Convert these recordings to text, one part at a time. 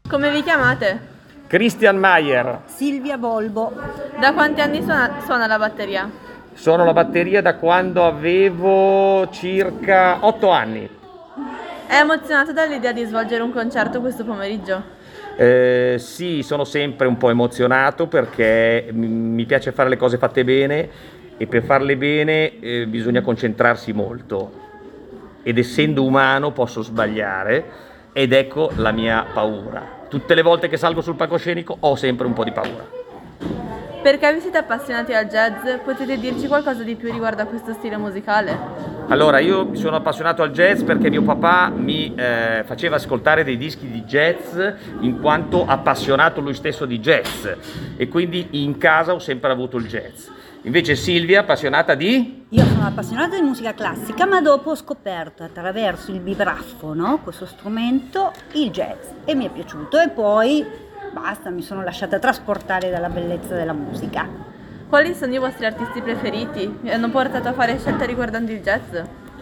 Come vi chiamate? Christian Mayer. Silvia Bolbo. Da quanti anni suona la batteria? Sono la batteria da quando avevo circa 8 anni. È emozionato dall'idea di svolgere un concerto questo pomeriggio? Sì, sono sempre un po' emozionato perché mi piace fare le cose fatte bene e per farle bene bisogna concentrarsi molto ed essendo umano posso sbagliare ed ecco la mia paura. Tutte le volte che salgo sul palcoscenico ho sempre un po' di paura. Perché vi siete appassionati al jazz? Potete dirci qualcosa di più riguardo a questo stile musicale? Allora, io mi sono appassionato al jazz perché mio papà mi faceva ascoltare dei dischi di jazz in quanto appassionato lui stesso di jazz e quindi in casa ho sempre avuto il jazz. Invece Silvia, appassionata di? Io sono appassionata di musica classica, ma dopo ho scoperto attraverso il vibrafono, questo strumento, il jazz e mi è piaciuto e poi basta, mi sono lasciata trasportare dalla bellezza della musica. Quali sono i vostri artisti preferiti? Vi hanno portato a fare scelte riguardanti il jazz?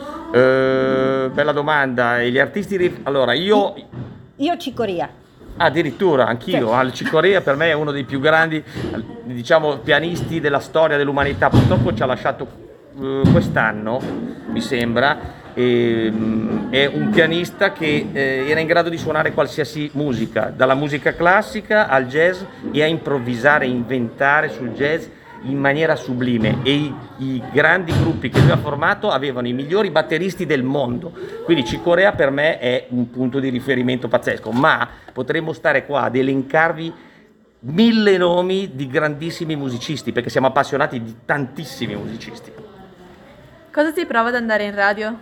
Bella domanda. E gli artisti? Allora, io Cicoria. addirittura, anch'io. Al Cicorea per me è uno dei più grandi, diciamo, pianisti della storia dell'umanità. Purtroppo ci ha lasciato quest'anno, mi sembra. È un pianista che era in grado di suonare qualsiasi musica, dalla musica classica al jazz e a improvvisare, inventare sul jazz in maniera sublime e i grandi gruppi che lui ha formato avevano i migliori batteristi del mondo, quindi Cicorea per me è un punto di riferimento pazzesco, ma potremmo stare qua ad elencarvi 1000 nomi di grandissimi musicisti perché siamo appassionati di tantissimi musicisti. Cosa si prova ad andare in radio?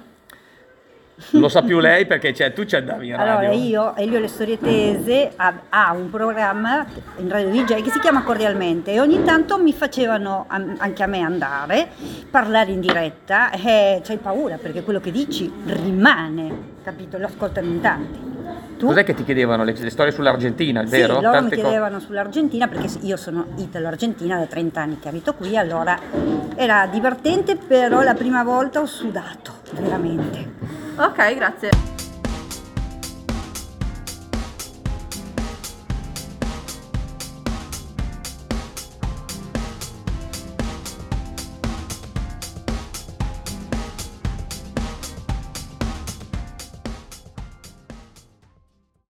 Lo sa più lei perché tu ci andavi in radio. Allora, io, Elio Le Storie Tese, ha un programma in Radio DJ che si chiama Cordialmente e ogni tanto mi facevano anche a me andare, parlare in diretta e c'hai paura perché quello che dici rimane, capito? Lo ascoltano in tanti. Tu? Cos'è che ti chiedevano? Le storie sull'Argentina, è vero? Sì, loro Tante mi chiedevano sull'Argentina perché io sono italo-argentina da 30 anni che abito qui, allora era divertente, però la prima volta ho sudato, veramente. Ok, grazie.